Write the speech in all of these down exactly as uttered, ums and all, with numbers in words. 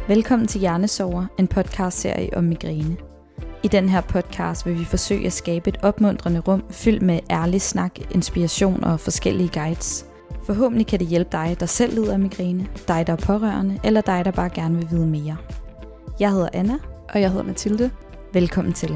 Velkommen til Hjernesover, en podcastserie om migræne. I den her podcast vil vi forsøge at skabe et opmuntrende rum fyldt med ærlig snak, inspiration og forskellige guides. Forhåbentlig kan det hjælpe dig, der selv lider af migræne, dig, der er pårørende, eller dig, der bare gerne vil vide mere. Jeg hedder Anna. Og jeg hedder Mathilde. Velkommen til.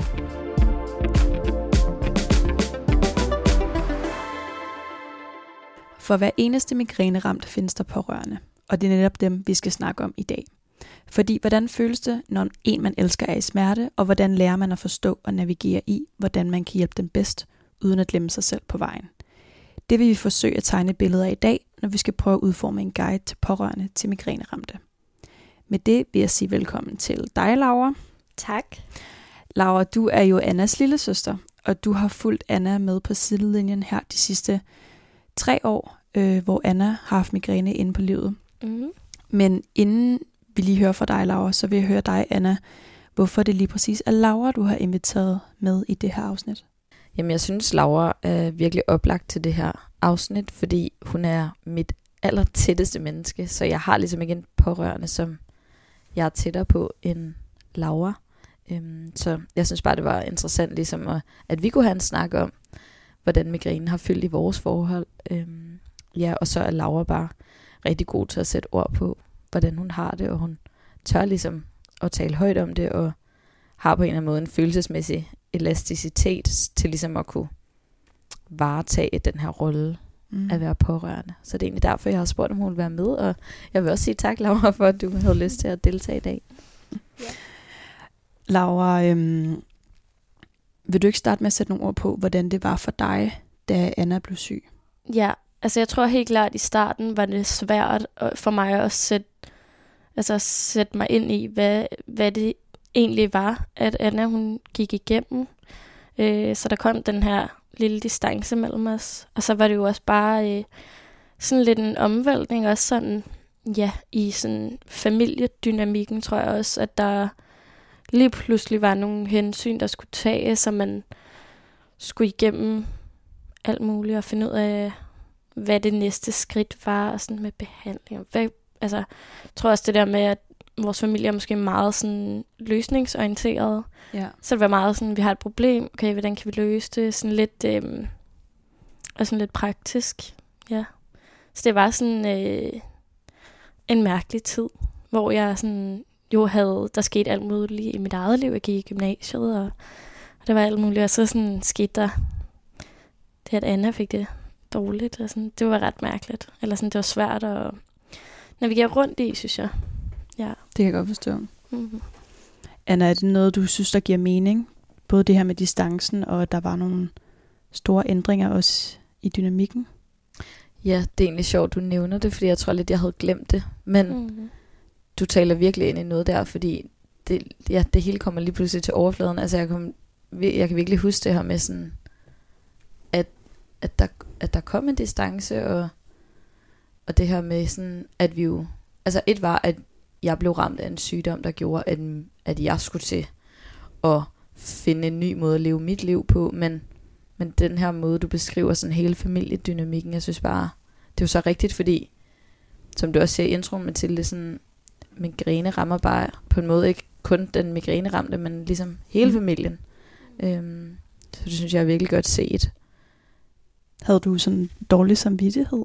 For hver eneste migræneramt findes der pårørende, og det er netop dem, vi skal snakke om i dag. Fordi hvordan føles det, når en man elsker er i smerte, og hvordan lærer man at forstå og navigere i, hvordan man kan hjælpe dem bedst, uden at glemme sig selv på vejen. Det vil vi forsøge at tegne billeder af i dag, når vi skal prøve at udforme en guide til pårørende til migræneramte. Med det vil jeg sige velkommen til dig, Laura. Tak. Laura, du er jo Annas lille søster, og du har fulgt Anna med på sidelinjen her de sidste tre år, øh, hvor Anna har haft migræne inde på livet. Mm. Men inden vi lige hører fra dig, Laura, så vil jeg høre dig, Anna, hvorfor det lige præcis er Laura, du har inviteret med i det her afsnit. Jamen, jeg synes, Laura er virkelig oplagt til det her afsnit, fordi hun er mit aller tætteste menneske, så jeg har ligesom ikke en pårørende, som jeg er tættere på end Laura. Øhm, så jeg synes bare, det var interessant, ligesom at, at vi kunne have en snak om, hvordan migrænen har fyldt i vores forhold. Øhm, ja, og så er Laura bare rigtig god til at sætte ord på, hvordan hun har det, og hun tør ligesom at tale højt om det, og har på en eller anden måde en følelsesmæssig elasticitet til ligesom at kunne varetage den her rolle mm. at være pårørende. Så det er egentlig derfor, jeg har spurgt, om hun vil være med, og jeg vil også sige tak, Laura, for at du havde lyst til at deltage i dag. Ja. Laura, øhm, vil du ikke starte med at sætte nogle ord på, hvordan det var for dig, da Anna blev syg? Ja, altså jeg tror helt klart, at i starten var det svært for mig at sætte, altså sætte mig ind i, hvad, hvad det egentlig var, at Anna hun gik igennem. Øh, så der kom den her lille distance mellem os. Og så var det jo også bare øh, sådan lidt en omvæltning, også sådan, ja, i sådan familiedynamikken, tror jeg også, at der lige pludselig var nogle hensyn, der skulle tages, så man skulle igennem alt muligt og finde ud af, hvad det næste skridt var, og sådan med behandling. Hvad, altså, jeg tror også det der med, at vores familie er måske meget sådan løsningsorienteret. Ja. Så det var meget sådan, vi har et problem, okay, hvordan kan vi løse det? Sådan lidt, øhm, og sådan lidt praktisk, ja. Så det var sådan øh, en mærkelig tid, hvor jeg sådan jo havde, der skete alt muligt i mit eget liv. Jeg gik i gymnasiet, og, og der var alt muligt, og så sådan skete der det, at Anna fik det dårligt, og sådan, det var ret mærkeligt. Eller sådan, det var svært at navigere rundt i, synes jeg. Ja. Det kan jeg godt forstå. Mm-hmm. Anna, er det noget, du synes, der giver mening? Både det her med distancen, og at der var nogle store ændringer også i dynamikken? Ja, det er egentlig sjovt, du nævner det, fordi jeg tror lidt, jeg havde glemt det. Men mm-hmm. du taler virkelig ind i noget der, fordi det, ja, det hele kommer lige pludselig til overfladen. Altså, jeg, kom, jeg kan virkelig huske det her med sådan, at, at, der, at der kom en distance, og, og det her med sådan, at vi jo... Altså, et var, at jeg blev ramt af en sygdom, der gjorde, at, at jeg skulle til at finde en ny måde at leve mit liv på, men, men den her måde, du beskriver sådan hele familiedynamikken, jeg synes bare, det er jo så rigtigt, fordi, som du også siger i introen, Mathilde, sådan, migræne rammer bare på en måde ikke kun den migræneramte, men ligesom hele familien. Mm. Øhm, så det synes jeg er virkelig godt set. Havde du sådan dårlig samvittighed?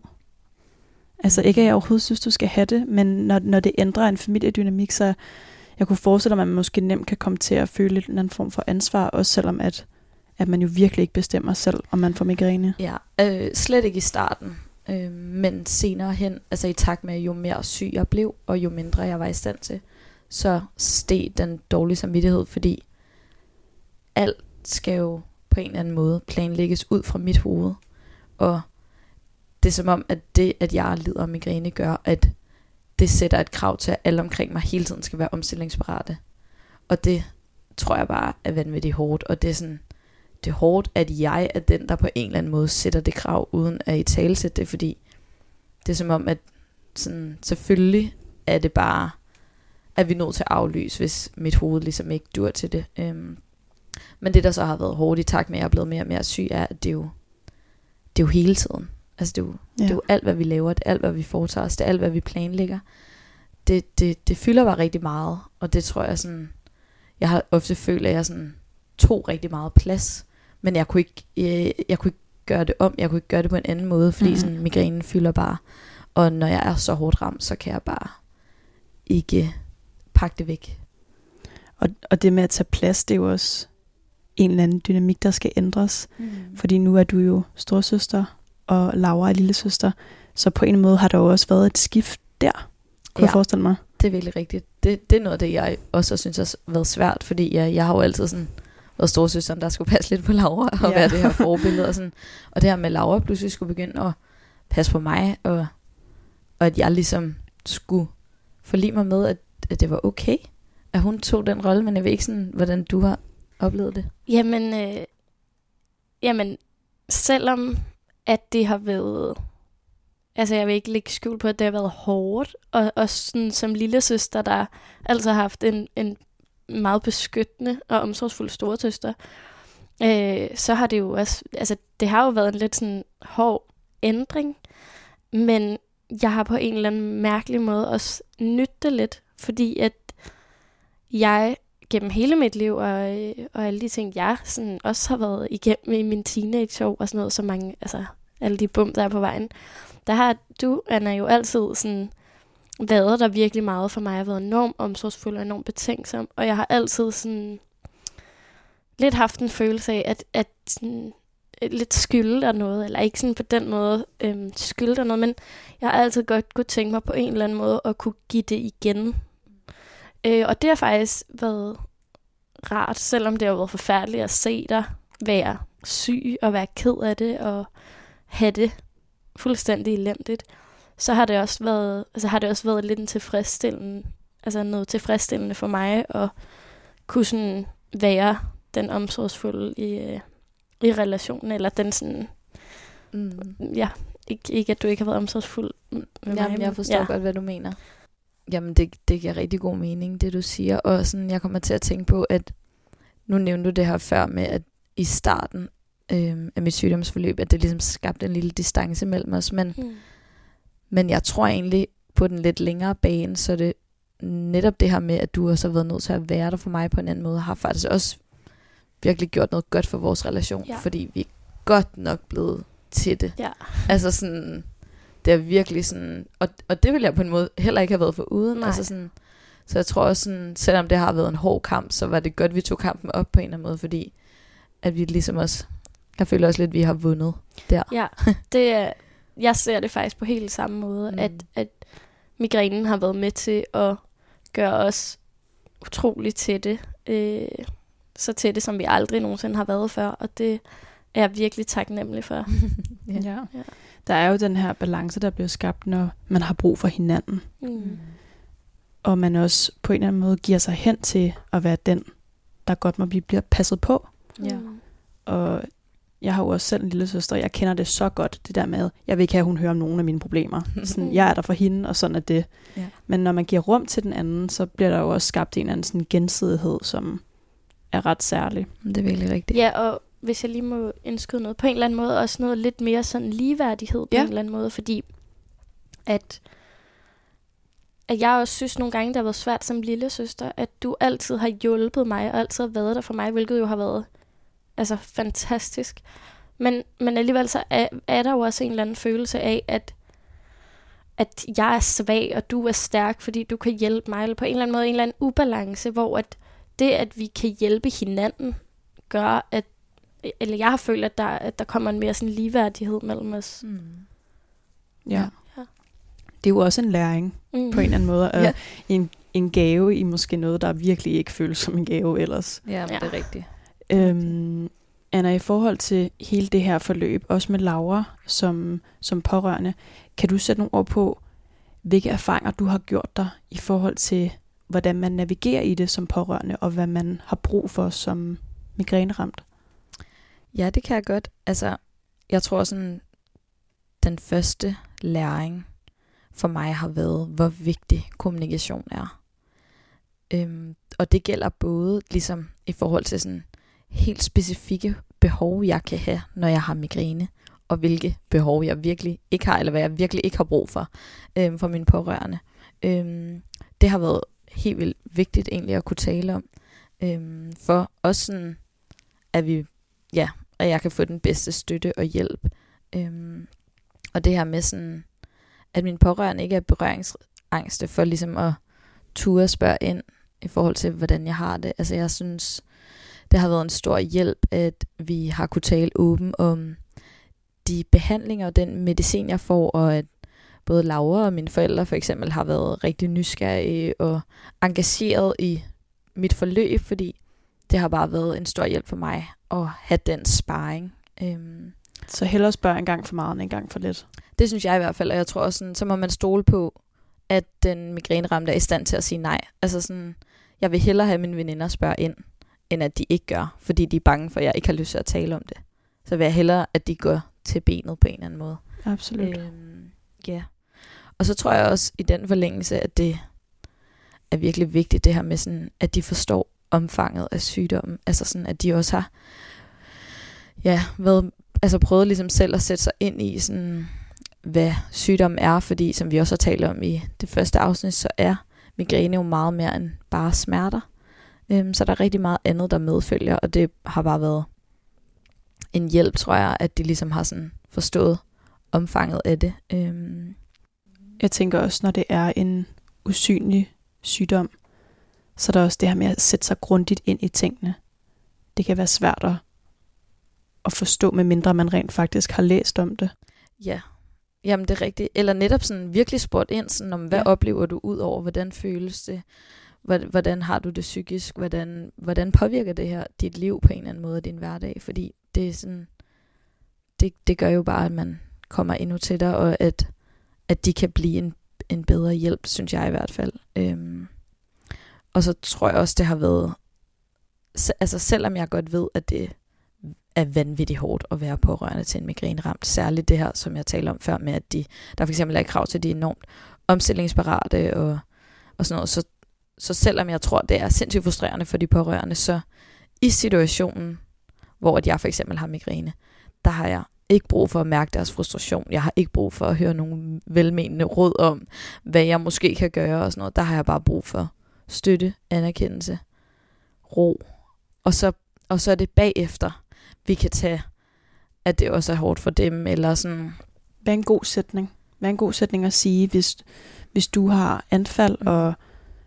Altså ikke, at jeg overhovedet synes, du skal have det, men når, når det ændrer en familiedynamik, så jeg kunne forestille mig, at man måske nemt kan komme til at føle en eller anden form for ansvar, også selvom at, at man jo virkelig ikke bestemmer selv, om man får migræne. Ja, øh, slet ikke i starten, øh, men senere hen, altså i takt med, jo mere syg jeg blev, og jo mindre jeg var i stand til, så steg den dårlige samvittighed, fordi alt skal jo på en eller anden måde planlægges ud fra mit hoved, og det er som om, at det, at jeg lider af migræne, gør, at det sætter et krav til, at alle omkring mig hele tiden skal være omstillingsparate. Og det tror jeg bare er vanvittigt hårdt. Og det er sådan, det er hårdt, at jeg er den, der på en eller anden måde sætter det krav, uden at italesætte det, fordi det er som om, at sådan, selvfølgelig er det bare, at vi er nødt til at aflyse, hvis mit hoved ligesom ikke dur til det. Øhm, men det, der så har været hårdt i takt med, at jeg er blevet mere og mere syg, er, at det er jo, det er jo hele tiden. Altså det er, jo, ja. det er jo alt, hvad vi laver, det er alt, hvad vi foretager os, det er alt, hvad vi planlægger. det, det, det fylder bare rigtig meget, og det tror jeg sådan, jeg har ofte følt, at jeg sådan tog rigtig meget plads, men jeg kunne ikke, jeg, jeg kunne ikke gøre det om, jeg kunne ikke gøre det på en anden måde, fordi mm. sådan, migrænen fylder bare, og når jeg er så hårdt ramt, så kan jeg bare ikke pakke det væk. Og, og det med at tage plads, det er jo også en eller anden dynamik, der skal ændres, mm. fordi nu er du jo storsøster, og Laura er lillesøster, så på en måde har der jo også været et skift der, kunne ja, jeg forestille mig. Det er virkelig rigtigt. Det, det er noget af det, jeg også synes har været svært, fordi jeg, jeg har jo altid sådan været storsøsteren, der skulle passe lidt på Laura, og ja. være det her forbillede, og sådan. Og det her med Laura pludselig skulle begynde at passe på mig, og, og at jeg ligesom skulle forlige mig med, at, at det var okay, at hun tog den rolle, men jeg ved ikke sådan, hvordan du har oplevet det. Jamen, øh, jamen selvom at det har været, altså jeg vil ikke lægge skjul på, at det har været hårdt, og, og sådan som lillesøster, der altså har haft en, en meget beskyttende og omsorgsfuld storesøster, øh, så har det jo også, altså det har jo været en lidt sådan hård ændring, men jeg har på en eller anden mærkelig måde også nydt det lidt, fordi at jeg gennem hele mit liv, og, og alle de ting, jeg sådan også har været igennem i min teenageår, og sådan noget, så mange, altså alle de bum, der er på vejen, der har du, Anna, jo altid sådan været der virkelig meget for mig. Jeg har været enormt omsorgsfuld og enormt betænksom, og jeg har altid sådan lidt haft en følelse af, at, at sådan, lidt skylde der noget, eller ikke sådan på den måde øhm, skylde der noget, men jeg har altid godt kunne tænke mig på en eller anden måde at kunne give det igen. Øh, og det har faktisk været rart, selvom det har været forfærdeligt at se dig være syg og være ked af det og have det fuldstændig elendigt, så har det også været, altså har det også været lidt en tilfredsstillende, altså noget tilfredsstillende for mig at kunne sådan være den omsorgsfulde i, i relationen, eller den sådan, mm. ja, ikke, ikke at du ikke har været omsorgsfuld med Jamen, mig. jeg forstår ja. godt, hvad du mener. Jamen, det, det giver rigtig god mening, det du siger, og sådan, jeg kommer til at tænke på, at nu nævnte du det her før med, at i starten øh, af mit sygdomsforløb, at det ligesom skabte en lille distance mellem os, men, mm. men jeg tror egentlig på den lidt længere bane, så det netop det her med, at du også har været nødt til at være der for mig på en anden måde, har faktisk også virkelig gjort noget godt for vores relation, ja. fordi vi er godt nok blevet til det. Ja. Altså sådan, det er virkelig sådan, og, og det vil jeg på en måde heller ikke have været for uden. Altså sådan, så jeg tror også sådan, selvom det har været en hård kamp, så var det godt, vi tog kampen op på en eller anden måde, fordi at vi ligesom også, jeg føler også lidt, at vi har vundet der. Ja, det er, jeg ser det faktisk på helt samme måde, mm. at, at migrænen har været med til at gøre os utroligt tætte, øh, så tætte, som vi aldrig nogensinde har været før, og det er jeg virkelig taknemmelig for. ja. Ja. Ja. Der er jo den her balance, der bliver skabt, når man har brug for hinanden. Mm. Og man også på en eller anden måde giver sig hen til at være den, der godt må blive bliver passet på. Ja. Og jeg har jo også selv en lille søster, og jeg kender det så godt, det der med, jeg vil ikke have, at hun hører om nogen af mine problemer. Sådan, jeg er der for hende, og sådan er det. Ja. Men når man giver rum til den anden, så bliver der jo også skabt en eller anden sådan gensidighed, som er ret særlig. Det er virkelig rigtigt. Ja, og hvis jeg lige må indskyde noget, på en eller anden måde også noget lidt mere sådan ligeværdighed på ja. en eller anden måde, fordi at, at jeg også synes nogle gange, det har været svært som lille søster, at du altid har hjulpet mig, og altid har været der for mig, hvilket jo har været altså fantastisk. Men, men alligevel så er, er der jo også en eller anden følelse af, at, at jeg er svag, og du er stærk, fordi du kan hjælpe mig, eller på en eller anden måde en eller anden ubalance, hvor at det, at vi kan hjælpe hinanden, gør, at eller jeg har følt, at der, at der kommer en mere sådan ligeværdighed mellem os. Mm. Ja. ja. Det er jo også en læring, mm. på en eller anden måde. Og ja. en, en gave i måske noget, der virkelig ikke føles som en gave ellers. Ja, men ja. det er rigtigt. Øhm, Anna, i forhold til hele det her forløb, også med Laura som, som pårørende, kan du sætte nogle ord på, hvilke erfaringer du har gjort dig i forhold til, hvordan man navigerer i det som pårørende, og hvad man har brug for som migræneramt? Ja, det kan jeg godt. Altså, jeg tror sådan, den første læring for mig har været, hvor vigtig kommunikation er. Øhm, og det gælder både ligesom i forhold til sådan helt specifikke behov, jeg kan have, når jeg har migræne, og hvilke behov jeg virkelig ikke har, eller hvad jeg virkelig ikke har brug for, øhm, for mine pårørende. Øhm, det har været helt vildt vigtigt egentlig at kunne tale om. Øhm, for også sådan, at vi, ja, at jeg kan få den bedste støtte og hjælp. Øhm, og det her med sådan, at mine pårørende ikke er berøringsangste for ligesom at ture spørge ind i forhold til, hvordan jeg har det. Altså jeg synes, det har været en stor hjælp, at vi har kunne tale åben om de behandlinger og den medicin, jeg får, og at både Laura og mine forældre for eksempel har været rigtig nysgerrige og engageret i mit forløb, fordi det har bare været en stor hjælp for mig at have den sparring. Øhm. Så hellere spørge en gang for meget end en gang for lidt. Det synes jeg i hvert fald, og jeg tror også, sådan, så må man stole på, at den migræneramte er i stand til at sige nej. Altså sådan, jeg vil hellere have mine veninder spørge ind, end at de ikke gør, fordi de er bange for, at jeg ikke har lyst til at tale om det. Så vil jeg hellere, at de går til benet på en eller anden måde. Absolut. Øhm, yeah. Og så tror jeg også i den forlængelse, at det er virkelig vigtigt, det her med sådan, at de forstår omfanget af sygdommen. Altså sådan, at de også har ja, været, altså prøvet ligesom selv at sætte sig ind i, sådan, hvad sygdommen er, fordi som vi også har talt om i det første afsnit, så er migræne jo meget mere end bare smerter. Øhm, så der er rigtig meget andet, der medfølger, og det har bare været en hjælp, tror jeg, at de ligesom har sådan forstået omfanget af det. Øhm. Jeg tænker også, når det er en usynlig sygdom, så er der også det her med at sætte sig grundigt ind i tingene. Det kan være svært at, at forstå, medmindre man rent faktisk har læst om det. Ja, jamen det er rigtigt. Eller netop sådan virkelig spurgt ind, sådan om hvad ja. oplever du ud over, hvordan føles det, hvordan har du det psykisk, hvordan, hvordan påvirker det her dit liv på en eller anden måde, din hverdag, fordi det er sådan, det, det gør jo bare, at man kommer endnu tættere, og at, at de kan blive en, en bedre hjælp, synes jeg i hvert fald. Øhm. Og så tror jeg også, det har været, altså selvom jeg godt ved, at det er vanvittigt hårdt at være pårørende til en migræneramt, særligt det her, som jeg talte om før, med at de, der for eksempel er krav til, at de er enormt omstillingsparate og, og sådan noget, så, så selvom jeg tror, det er sindssygt frustrerende for de pårørende, så i situationen, hvor jeg for eksempel har migræne, der har jeg ikke brug for at mærke deres frustration. Jeg har ikke brug for at høre nogle velmenende råd om, hvad jeg måske kan gøre og sådan noget. Der har jeg bare brug for støtte, anerkendelse, ro. Og så, og så er det bagefter, vi kan tage, at det også er hårdt for dem, eller sådan. Hvad er en god sætning? Hvad er en god sætning at sige, hvis, hvis du har anfald, mm. og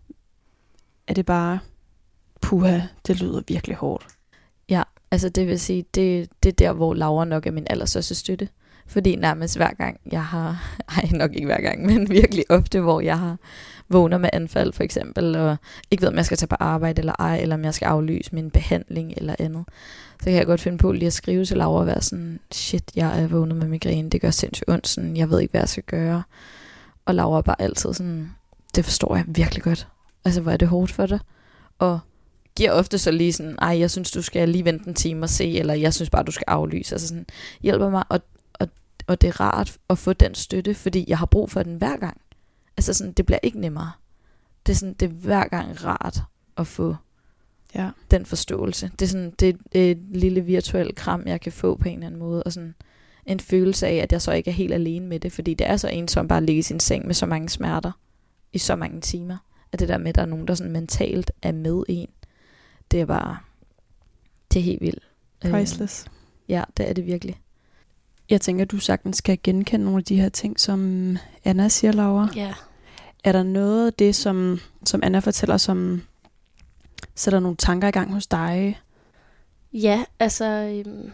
er det bare, puha, det lyder virkelig hårdt. Ja, altså det vil sige, det, det er der, hvor Laura nok er min allerstørste støtte. Fordi nærmest hver gang, jeg har, ej nok ikke hver gang, men virkelig ofte, hvor jeg har vågner med anfald for eksempel, og ikke ved, om jeg skal tage på arbejde eller ej, eller om jeg skal aflyse min behandling eller andet, så kan jeg godt finde på lige at skrive til Laura og være sådan, shit, jeg er vågnet med migræne, det gør sindssygt ondt, sådan, jeg ved ikke, hvad jeg skal gøre. Og Laura er bare altid sådan, det forstår jeg virkelig godt. Altså, hvor er det hårdt for dig? Og giver ofte så lige sådan, ej, jeg synes, du skal lige vente en time og se, eller jeg synes bare, du skal aflyse. Altså sådan, hjælper mig, og, og, og det er rart at få den støtte, fordi jeg har brug for den hver gang. Altså sådan, det bliver ikke nemmere. Det er sådan, det er hver gang rart at få ja. den forståelse. Det er sådan, det er et lille virtuelt kram, jeg kan få på en eller anden måde, og sådan en følelse af, at jeg så ikke er helt alene med det, fordi det er så ensomt bare at ligge i sin seng med så mange smerter i så mange timer. At det der med, at der er nogen, der sådan mentalt er med en, det er bare, det er helt vildt. Priceless. Øh, ja, det er det virkelig. Jeg tænker, at du sagtens skal genkende nogle af de her ting, som Anna siger, Laura. Ja. Yeah. Er der noget af det, som, som Anna fortæller, som sætter nogle tanker i gang hos dig? Ja, altså, øhm,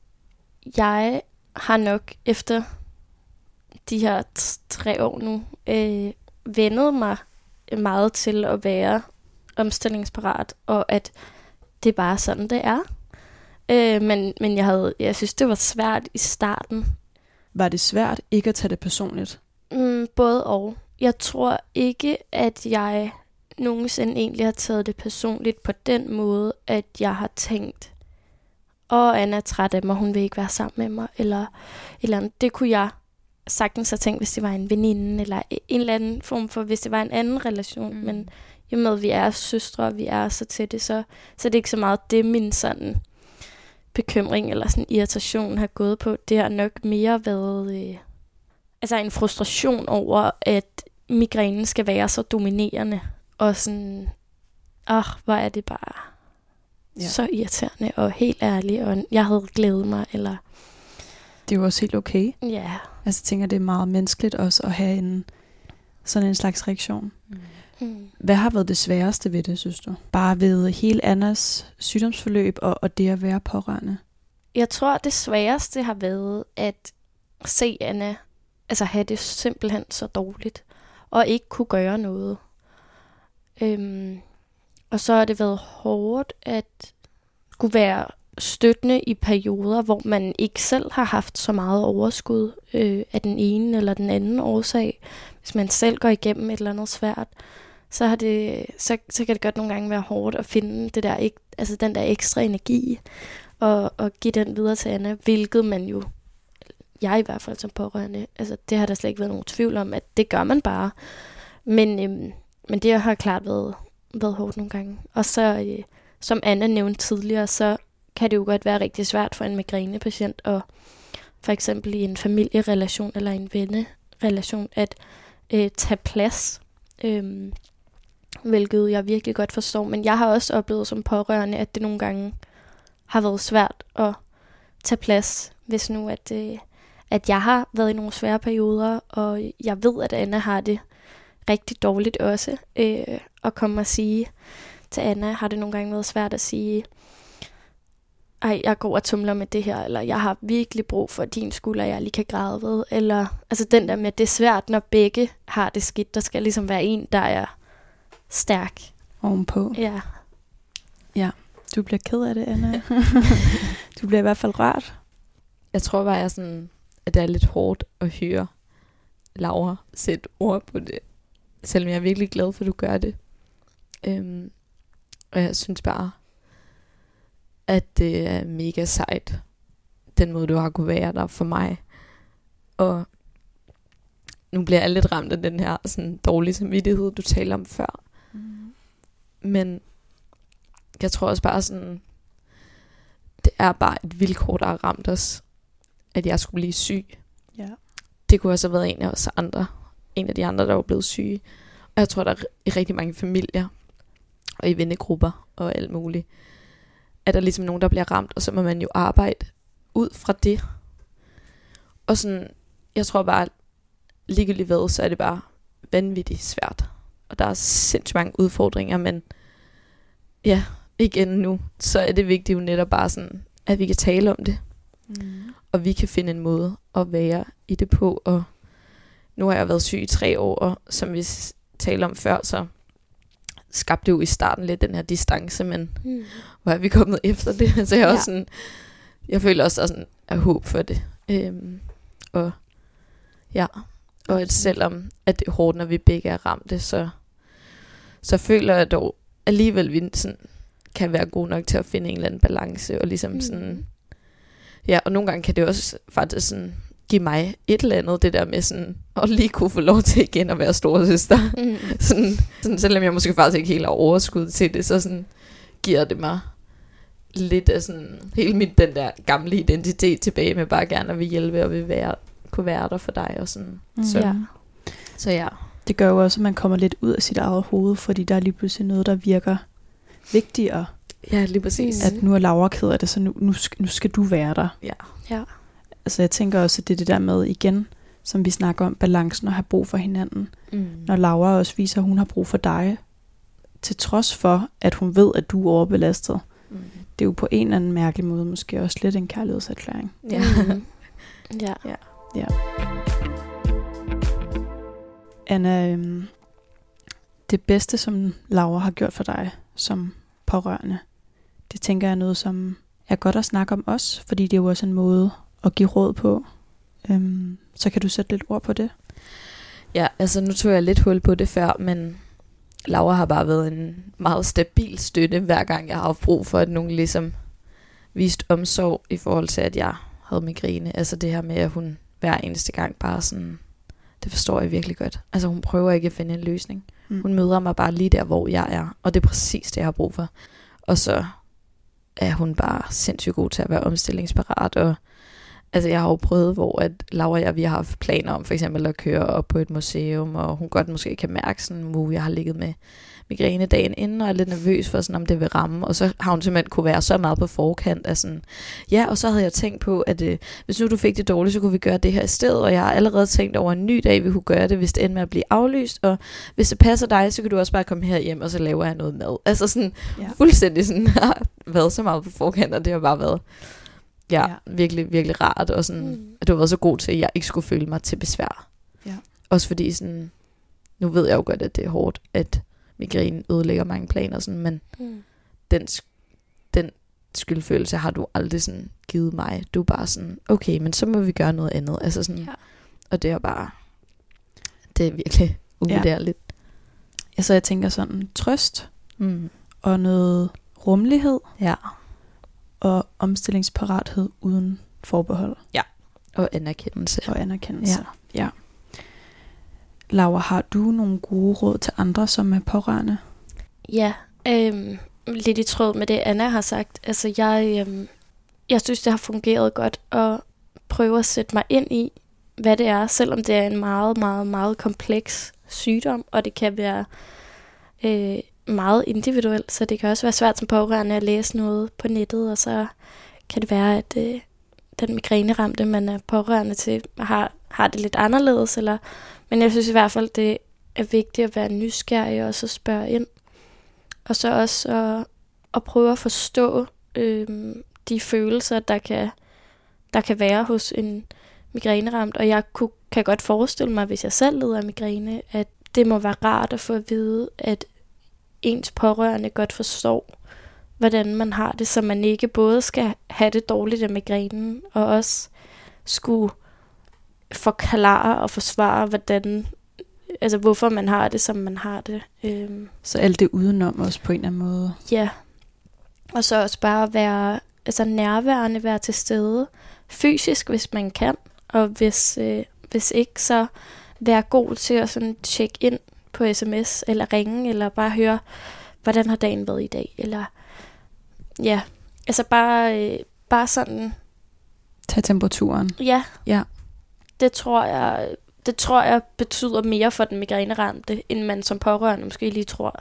jeg har nok efter de her t- tre år nu øh, vendet mig meget til at være omstillingsparat, og at det er bare sådan, det er. Øh, men, men jeg havde, jeg synes, det var svært i starten. Var det svært ikke at tage det personligt? Mm, både og. Jeg tror ikke, at jeg nogensinde egentlig har taget det personligt på den måde, at jeg har tænkt, åh, Anna er træt af mig, hun vil ikke være sammen med mig, eller, eller det kunne jeg sagtens have tænkt, hvis det var en veninde, eller en eller anden form for, hvis det var en anden relation, mm. men i og med, at vi er søstre, og vi er så tætte, så, så er det ikke så meget det, min sådan bekymring, eller sådan irritation har gået på. Det har nok mere været øh, altså en frustration over, at migrænen skal være så dominerende, og sådan, åh, hvor er det bare ja. så irriterende, og helt ærligt, og jeg havde glædet mig, eller... Det er jo også helt okay. Ja. Altså jeg tænker, det er meget menneskeligt også at have en sådan en slags reaktion. Mm. Mm. Hvad har været det sværeste ved det, synes du? Bare ved hele Annas sygdomsforløb og, og det at være pårørende? Jeg tror, det sværeste har været at se Anna altså have det simpelthen så dårligt, og ikke kunne gøre noget. Øhm, og så har det været hårdt at skulle være støttende i perioder, hvor man ikke selv har haft så meget overskud øh, af den ene eller den anden årsag. Hvis man selv går igennem et eller andet svært, så, har det, så, så kan det godt nogle gange være hårdt at finde det der, ikke, altså den der ekstra energi og, og give den videre til Anna, hvilket man jo, jeg i hvert fald som pårørende, altså det har der slet ikke været nogen tvivl om, at det gør man bare. Men, øhm, men det har klart været, været hårdt nogle gange. Og så, øh, som Anna nævnte tidligere, så kan det jo godt være rigtig svært for en migrænepatient, og for eksempel i en familierelation eller en vennerelation, at øh, tage plads, øh, hvilket jeg virkelig godt forstår. Men jeg har også oplevet som pårørende, at det nogle gange har været svært at tage plads, hvis nu at, øh, at jeg har været i nogle svære perioder, og jeg ved, at Anna har det rigtig dårligt også, øh, at komme og sige til Anna, har det nogle gange været svært at sige, ej, jeg går og tumler med det her, eller jeg har virkelig brug for din skulder, jeg lige kan græde ved, eller altså den der med, at det er svært, når begge har det skidt. Der skal ligesom være en, der er stærk. Ovenpå. Ja. Ja, du bliver ked af det, Anna. Du bliver i hvert fald rørt. Jeg tror bare, jeg sådan, at det er lidt hårdt at høre Laura sætte ord på det, selvom jeg er virkelig glad for, at du gør det. Øhm, og jeg synes bare, at det er mega sejt, den måde, du har kunne være der for mig. Og nu bliver jeg lidt ramt af den her sådan dårlige samvittighed, du talte om før. Mm. Men jeg tror også bare sådan, det er bare et vilkår, der har ramt os, at jeg skulle blive syg. Ja. Det kunne også have været en af os andre, en af de andre, der var blevet syge. Og jeg tror, der er i rigtig mange familier, og i vennegrupper og alt muligt, at der ligesom nogen, der bliver ramt, og så må man jo arbejde ud fra det. Og sådan, jeg tror bare, ligegyldigt hvad, så er det bare vanvittigt svært. Og der er sindssygt mange udfordringer, men ja, igen nu, så er det vigtigt jo netop bare sådan, at vi kan tale om det. Mm. Og vi kan finde en måde at være i det på. Og nu har jeg været syg i tre år, og som vi talte om før, så skabte jo i starten lidt den her distance, men mm. hvor er vi kommet efter det? Så jeg ja. også sådan, jeg føler også sådan er håb for det. Øhm, og ja, og at selvom at det er hårdt, når vi begge er ramte, så så føler jeg dog alligevel vi sådan kan være gode nok til at finde en eller anden balance og ligesom mm. sådan ja, og nogle gange kan det også faktisk sådan give mig et eller andet, det der med sådan at lige kunne få lov til igen at være storesøster. Mm. sådan, sådan, selvom jeg måske faktisk ikke helt har overskud til det, så sådan giver det mig lidt af sådan hele min den der gamle identitet tilbage med bare gerne at vil hjælpe og vil være, kunne være der for dig og sådan. Mm. Så, ja. så ja. Det gør jo også, at man kommer lidt ud af sit eget hoved, fordi der er lige pludselig noget, der virker vigtigere. Ja, lige præcis. At nu er Laura ked af det, så nu, nu, skal, nu skal du være der. Ja. Ja. Altså jeg tænker også, at det er det der med igen, som vi snakker om, balancen og have brug for hinanden. Mm. Når Laura også viser, at hun har brug for dig, til trods for, at hun ved, at du er overbelastet. Mm. Det er jo på en eller anden mærkelig måde måske også lidt en kærlighedserklæring. Ja. Mm. ja. ja. ja. Anna, øhm, det bedste, som Laura har gjort for dig som pårørende, det tænker jeg er noget, som er godt at snakke om os, fordi det er jo også en måde at give råd på. Øhm, så kan du sætte lidt ord på det? Ja, altså nu tog jeg lidt hul på det før, men Laura har bare været en meget stabil støtte, hver gang jeg har haft brug for, at nogen ligesom vist omsorg i forhold til, at jeg havde migræne. Altså det her med, at hun hver eneste gang bare sådan, det forstår jeg virkelig godt. Altså hun prøver ikke at finde en løsning. Mm. Hun møder mig bare lige der, hvor jeg er, og det er præcis det, jeg har brug for. Og så er hun bare sindssygt god til at være omstillingsparat, og Altså jeg har jo prøvet, hvor at Laura og jeg, vi har haft planer om for eksempel at køre op på et museum, og hun godt måske kan mærke sådan, at jeg har ligget med migræne dagen inden, og er lidt nervøs for sådan, om det vil ramme, og så har hun simpelthen kunne være så meget på forkant af sådan, ja, og så havde jeg tænkt på, at øh, hvis nu du fik det dårligt, så kunne vi gøre det her i stedet, og jeg har allerede tænkt over en ny dag, vi kunne gøre det, hvis det ender med at blive aflyst, og hvis det passer dig, så kan du også bare komme her hjem, og så laver jeg noget mad. Altså sådan, ja. fuldstændig sådan, har været så meget på forkant, og det har bare været Ja, ja, virkelig, virkelig rart, og sådan, mm. at du har været så god til, at jeg ikke skulle føle mig til besvær. Ja. Også fordi sådan, nu ved jeg jo godt, at det er hårdt, at migræne ødelægger mange planer, og sådan, men mm. den, den skyldfølelse har du aldrig sådan givet mig. Du er bare sådan, okay, men så må vi gøre noget andet. Altså sådan, ja. Og det er bare, det er virkelig uvurderligt. Ja. ja, så jeg tænker sådan, trøst, mm. og noget rummelighed. Ja. Og omstillingsparathed uden forbehold. Ja. Og anerkendelse. Og anerkendelse. Ja. ja. Laura, har du nogle gode råd til andre, som er pårørende? Ja, øhm, lidt i tråd med det, Anna har sagt. Altså, jeg, øhm, jeg synes, det har fungeret godt at prøve at sætte mig ind i, hvad det er, selvom det er en meget, meget, meget kompleks sygdom, og det kan være øh, meget individuelt, så det kan også være svært som pårørende at læse noget på nettet, og så kan det være, at øh, den migræneramte, man er pårørende til, har, har det lidt anderledes, eller, men jeg synes i hvert fald, det er vigtigt at være nysgerrig og så spørge ind, og så også at, at prøve at forstå øh, de følelser, der kan, der kan være hos en migræneramt, og jeg kunne, kan godt forestille mig, hvis jeg selv lider af migræne, at det må være rart at få at vide, at ens pårørende godt forstår, hvordan man har det, så man ikke både skal have det dårligt af migrænen, og også skulle forklare og forsvare, hvordan, altså hvorfor man har det, som man har det. Øhm. Så alt det udenom også på en eller anden måde. Ja, og så også bare være altså nærværende, være til stede fysisk, hvis man kan, og hvis, øh, hvis ikke, så være god til at sådan tjekke ind på sms, eller ringe, eller bare høre, hvordan har dagen været i dag, eller ja, altså bare, øh, bare sådan tage temperaturen. Ja, ja. Det tror jeg, det tror jeg betyder mere for den migræneramte, end man som pårørende måske lige tror.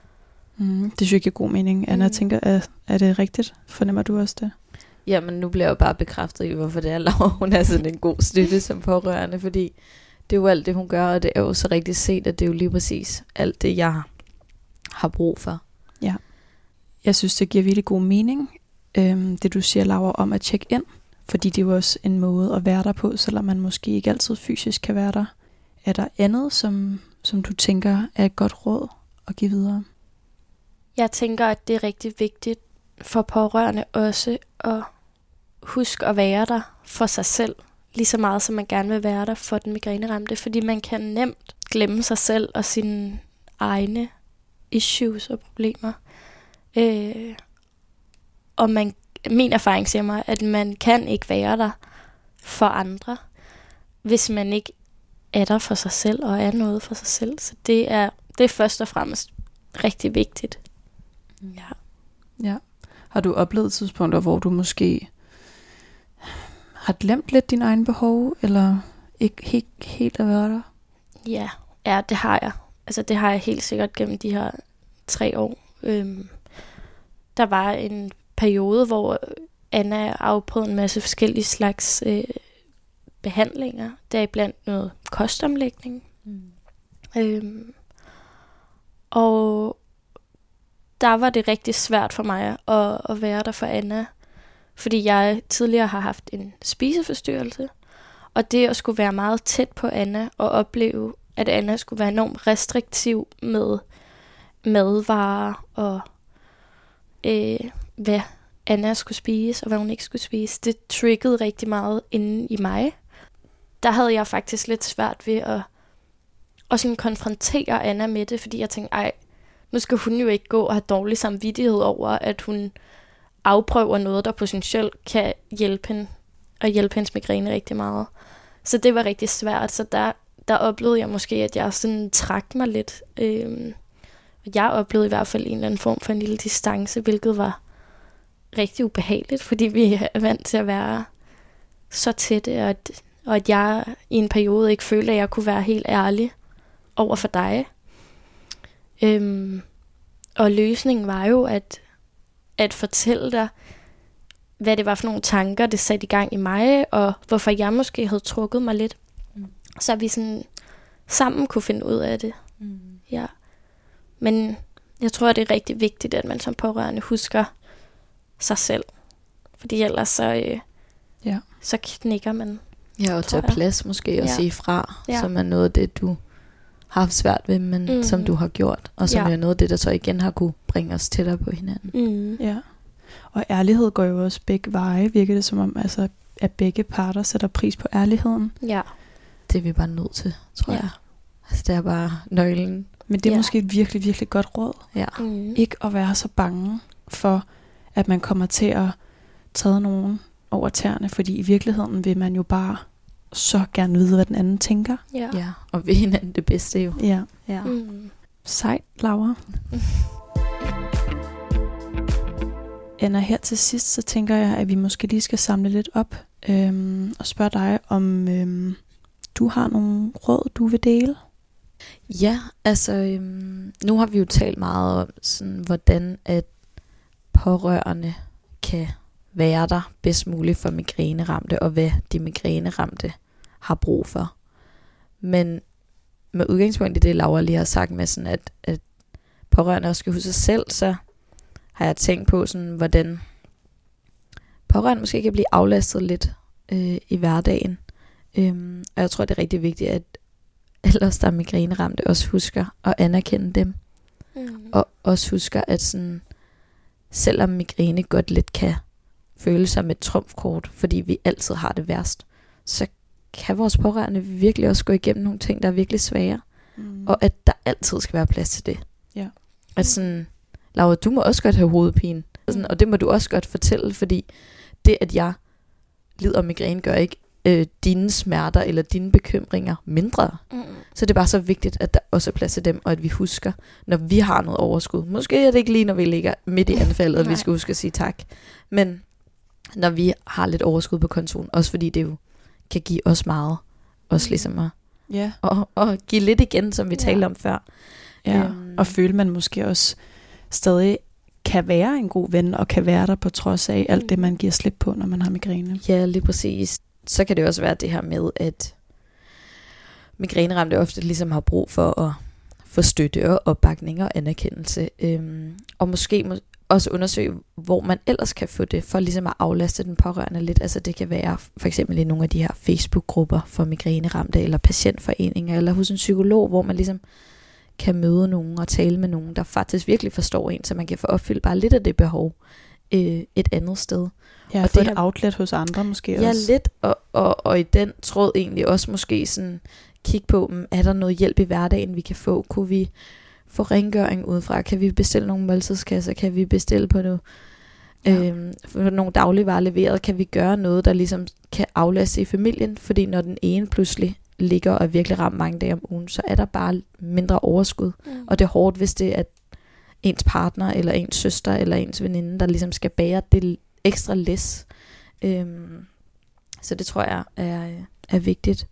Mm, det synes jeg giver god mening. Anna, mm. tænker, er, er det rigtigt? Fornemmer du også det? Jamen, nu bliver jeg jo bare bekræftet i, hvorfor det er, Laura, hun er sådan en god støtte som pårørende, fordi det er jo alt det, hun gør, og det er jo så rigtigt set, at det er jo lige præcis alt det, jeg har brug for. Ja. Jeg synes, det giver virkelig god mening, øhm, det du siger, Laura, om at tjekke ind, fordi det er jo også en måde at være der på, selvom man måske ikke altid fysisk kan være der. Er der andet, som, som du tænker er et godt råd at give videre? Jeg tænker, at det er rigtig vigtigt for pårørende også at huske at være der for sig selv, lige så meget som man gerne vil være der for den migræneramte, fordi man kan nemt glemme sig selv og sine egne issues og problemer. Øh, og man, min erfaring siger mig, at man kan ikke være der for andre, hvis man ikke er der for sig selv og er noget for sig selv. Så det er, det er først og fremmest rigtig vigtigt. Ja. Ja. Har du oplevet tidspunkter, hvor du måske har glemt lidt dine egne behov, eller ikke helt, helt at være der? Ja, ja, det har jeg. Altså det har jeg helt sikkert gennem de her tre år. Øhm, der var en periode, hvor Anna afprøvede en masse forskellige slags øh, behandlinger. Deriblandt noget kostomlægning. Mm. Øhm, og der var det rigtig svært for mig at, at være der for Anna, fordi jeg tidligere har haft en spiseforstyrrelse, og det at skulle være meget tæt på Anna og opleve, at Anna skulle være enormt restriktiv med madvarer og øh, hvad Anna skulle spise og hvad hun ikke skulle spise, det triggede rigtig meget inde i mig. Der havde jeg faktisk lidt svært ved at, at sådan konfrontere Anna med det, fordi jeg tænkte, ej, nu skal hun jo ikke gå og have dårlig samvittighed over, at hun afprøver noget, der potentielt kan hjælpe hende, og hjælpe hendes migræne rigtig meget. Så det var rigtig svært, så der, der oplevede jeg måske, at jeg sådan trak mig lidt. Øhm, jeg oplevede i hvert fald en eller anden form for en lille distance, hvilket var rigtig ubehageligt, fordi vi er vant til at være så tætte, og at, og at jeg i en periode ikke følte, at jeg kunne være helt ærlig over for dig. Øhm, og løsningen var jo at, at fortælle dig, hvad det var for nogle tanker, det satte i gang i mig, og hvorfor jeg måske havde trukket mig lidt. Mm. Så vi sådan sammen kunne finde ud af det. Mm. Ja. Men jeg tror, det er rigtig vigtigt, at man som pårørende husker sig selv. Fordi ellers så, øh, ja. så knækker man. Ja, og tage plads måske og ja. sige fra, ja. som er noget af det, du har haft svært ved, men mm. som du har gjort. Og som ja. er noget af det, der så igen har kunne bringe os tættere på hinanden. Mm. Ja. Og ærlighed går jo også begge veje, virker det som om, altså, at begge parter sætter pris på ærligheden. Ja. Det er vi bare nødt til, tror ja. jeg. Altså det er bare nøglen. Men det er ja. måske et virkelig, virkelig godt råd. Ja. Mm. Ikke at være så bange for, at man kommer til at træde nogen over tæerne, fordi i virkeligheden vil man jo bare så gerne vide, hvad den anden tænker. Ja, ja. Og ved hinanden det bedste jo. Ja. ja. Mm. Sejt, Laura. Anna, her til sidst, så tænker jeg, at vi måske lige skal samle lidt op øhm, og spørge dig, om øhm, du har nogle råd, du vil dele? Ja, altså øhm, nu har vi jo talt meget om, sådan, hvordan at pårørende kan være der bedst muligt for migræneramte, og hvad de migræneramte har brug for. Men med udgangspunkt i det, Laura lige har sagt med, sådan at, at pårørende også skal huske sig selv, så har jeg tænkt på, sådan, hvordan pårørende måske kan blive aflastet lidt øh, i hverdagen. Øhm, og jeg tror, det er rigtig vigtigt, at alle os, der er migræneramte, også husker at anerkende dem. Mm. Og også husker, at sådan, selvom migræne godt lidt kan føles som et trumfkort, fordi vi altid har det værst, så kan vores pårørende virkelig også gå igennem nogle ting, der er virkelig svære. Mm. Og at der altid skal være plads til det. Ja. At sådan, Laura, du må også godt have hovedpine. Sådan, og det må du også godt fortælle, fordi det, at jeg lider af migræne, gør ikke øh, dine smerter eller dine bekymringer mindre. Mm. Så det er bare så vigtigt, at der også er plads til dem, og at vi husker, når vi har noget overskud. Måske er det ikke lige, når vi ligger midt i anfaldet, at vi skal huske at sige tak. Men når vi har lidt overskud på kontoen, også fordi det jo kan give os meget, også ligesom at ja. og, og give lidt igen, som vi ja. talte om før. Ja. Um, og føle man måske også stadig kan være en god ven, og kan være der på trods af alt det, man giver slip på, når man har migræne. Ja, lige præcis. Så kan det også være det her med, at migræneramte ofte ligesom har brug for at få støtte og opbakning og anerkendelse. Øhm, og måske må også undersøge, hvor man ellers kan få det, for ligesom at aflaste den pårørende lidt. Altså det kan være for eksempel i nogle af de her Facebook-grupper for migræneramte, eller patientforeninger, eller hos en psykolog, hvor man ligesom kan møde nogen og tale med nogen, der faktisk virkelig forstår en, så man kan få opfyldt bare lidt af det behov øh, et andet sted. Ja, og få et her, outlet hos andre måske ja, også. Ja, lidt, og, og, og i den tråd egentlig også måske sådan kigge på, er der noget hjælp i hverdagen, vi kan få? Kunne vi få rengøring udefra? Kan vi bestille nogle måltidskasser? Kan vi bestille på noget, ja. øhm, for nogle dagligvarer leveret? Kan vi gøre noget, der ligesom kan aflaste i familien? Fordi når den ene pludselig ligger og er virkelig ramt mange dage om ugen, så er der bare mindre overskud. Mm. Og det er hårdt, hvis det er ens partner, eller ens søster, eller ens veninde, der ligesom skal bære det ekstra læs. Øhm, så det tror jeg er, er vigtigt.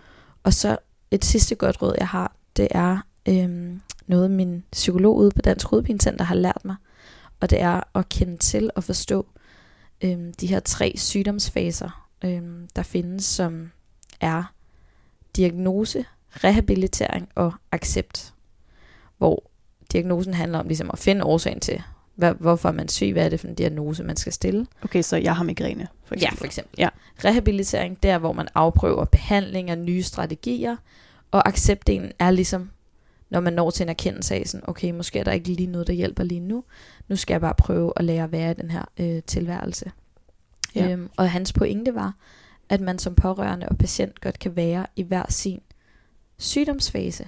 Og så et sidste godt råd, jeg har, det er øhm, noget, min psykolog ude på Dansk Hovedpinecenter har lært mig. Og det er at kende til og forstå øhm, de her tre sygdomsfaser, øhm, der findes, som er diagnose, rehabilitering og accept. Hvor diagnosen handler om ligesom at finde årsagen til, hvad, hvorfor man er syg, hvad er det for en diagnose, man skal stille. Okay, så jeg har migræne, for eksempel. Ja, for eksempel. Ja. Rehabilitering, det er, hvor man afprøver behandlinger, nye strategier, og acceptdelen er ligesom, når man når til en erkendelse af, sådan, okay, måske er der ikke lige noget, der hjælper lige nu. Nu skal jeg bare prøve at lære at være i den her øh, tilværelse. Ja. Øhm, og hans pointe var, at man som pårørende og patient godt kan være i hver sin sygdomsfase.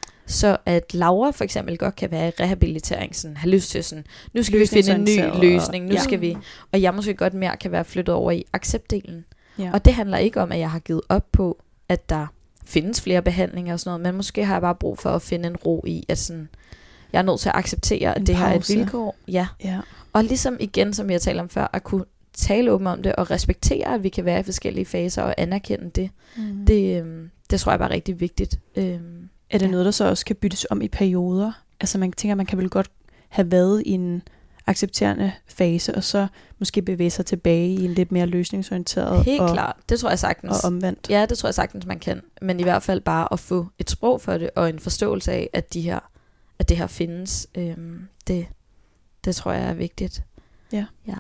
Så at Laura for eksempel godt kan være i rehabilitering, sådan, have lyst til sådan, nu skal vi finde en ny løsning, nu ja. skal vi, og jeg måske godt mere kan være flyttet over i acceptdelen. Ja. Og det handler ikke om, at jeg har givet op på, at der findes flere behandlinger og sådan noget, men måske har jeg bare brug for at finde en ro i, at sådan, jeg er nødt til at acceptere, at en det pause. Her er et vilkår. Ja. Ja. Og ligesom igen, som jeg talte om før, at kunne tale åbent om det, og respektere, at vi kan være i forskellige faser, og anerkende det. Mm. Det, øhm, det tror jeg bare er rigtig vigtigt. Øhm, er det ja. noget, der så også kan byttes om i perioder? Altså man tænker, man kan vel godt have været i en accepterende fase, og så måske bevæge sig tilbage i en lidt mere løsningsorienteret. Helt og, klart, det tror jeg sagtens. Og omvendt. Ja, det tror jeg sagtens, man kan. Men i hvert fald bare at få et sprog for det, og en forståelse af, at, de her, at det her findes. Øhm, det, det tror jeg er vigtigt. Ja. ja.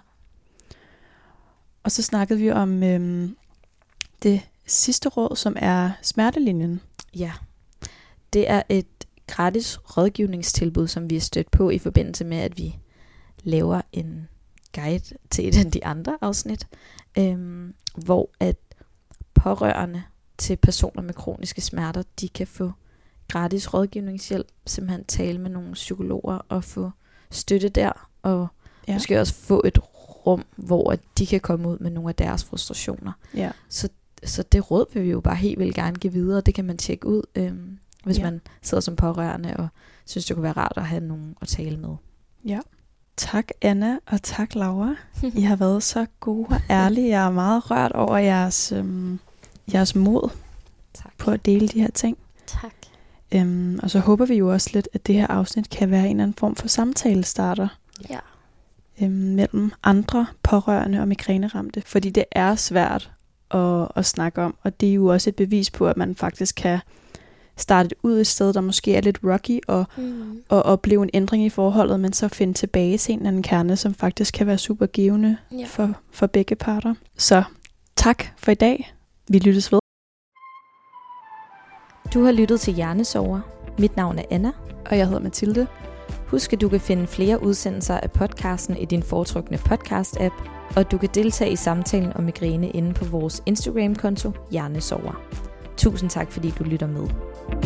Og så snakkede vi om øhm, det sidste råd, som er smertelinjen. Ja, det er et gratis rådgivningstilbud, som vi er stødt på i forbindelse med, at vi laver en guide til et af de andre afsnit, øhm, hvor at pårørende til personer med kroniske smerter, de kan få gratis rådgivningshjælp, simpelthen tale med nogle psykologer og få støtte der, og ja. måske også få et rum, hvor de kan komme ud med nogle af deres frustrationer. Ja. Så, så det råd vil vi jo bare helt vildt gerne give videre, det kan man tjekke ud, øhm, hvis ja. man sidder som pårørende og synes, det kunne være rart at have nogen at tale med. Ja. Tak Anna, og tak Laura. I har været så gode og ærlige. Jeg er meget rørt over jeres, øhm, jeres mod tak. på at dele de her ting. Tak. Øhm, og så håber vi jo også lidt, at det her afsnit kan være en eller anden form for samtale starter. Ja. Øhm, mellem andre pårørende og migræneramte. Fordi det er svært at, at snakke om, og det er jo også et bevis på, at man faktisk kan starte ud et sted, der måske er lidt rocky, og, mm. og opleve en ændring i forholdet, men så finde tilbage til en eller anden kerne, som faktisk kan være super givende ja. for, for begge parter. Så tak for i dag. Vi lyttes ved. Du har lyttet til Hjernesover. Mit navn er Anna. Og jeg hedder Mathilde. Husk, at du kan finde flere udsendelser af podcasten i din foretrukne podcast-app, og du kan deltage i samtalen om migræne inde på vores Instagram-konto Hjernesover. Tusind tak, fordi du lytter med.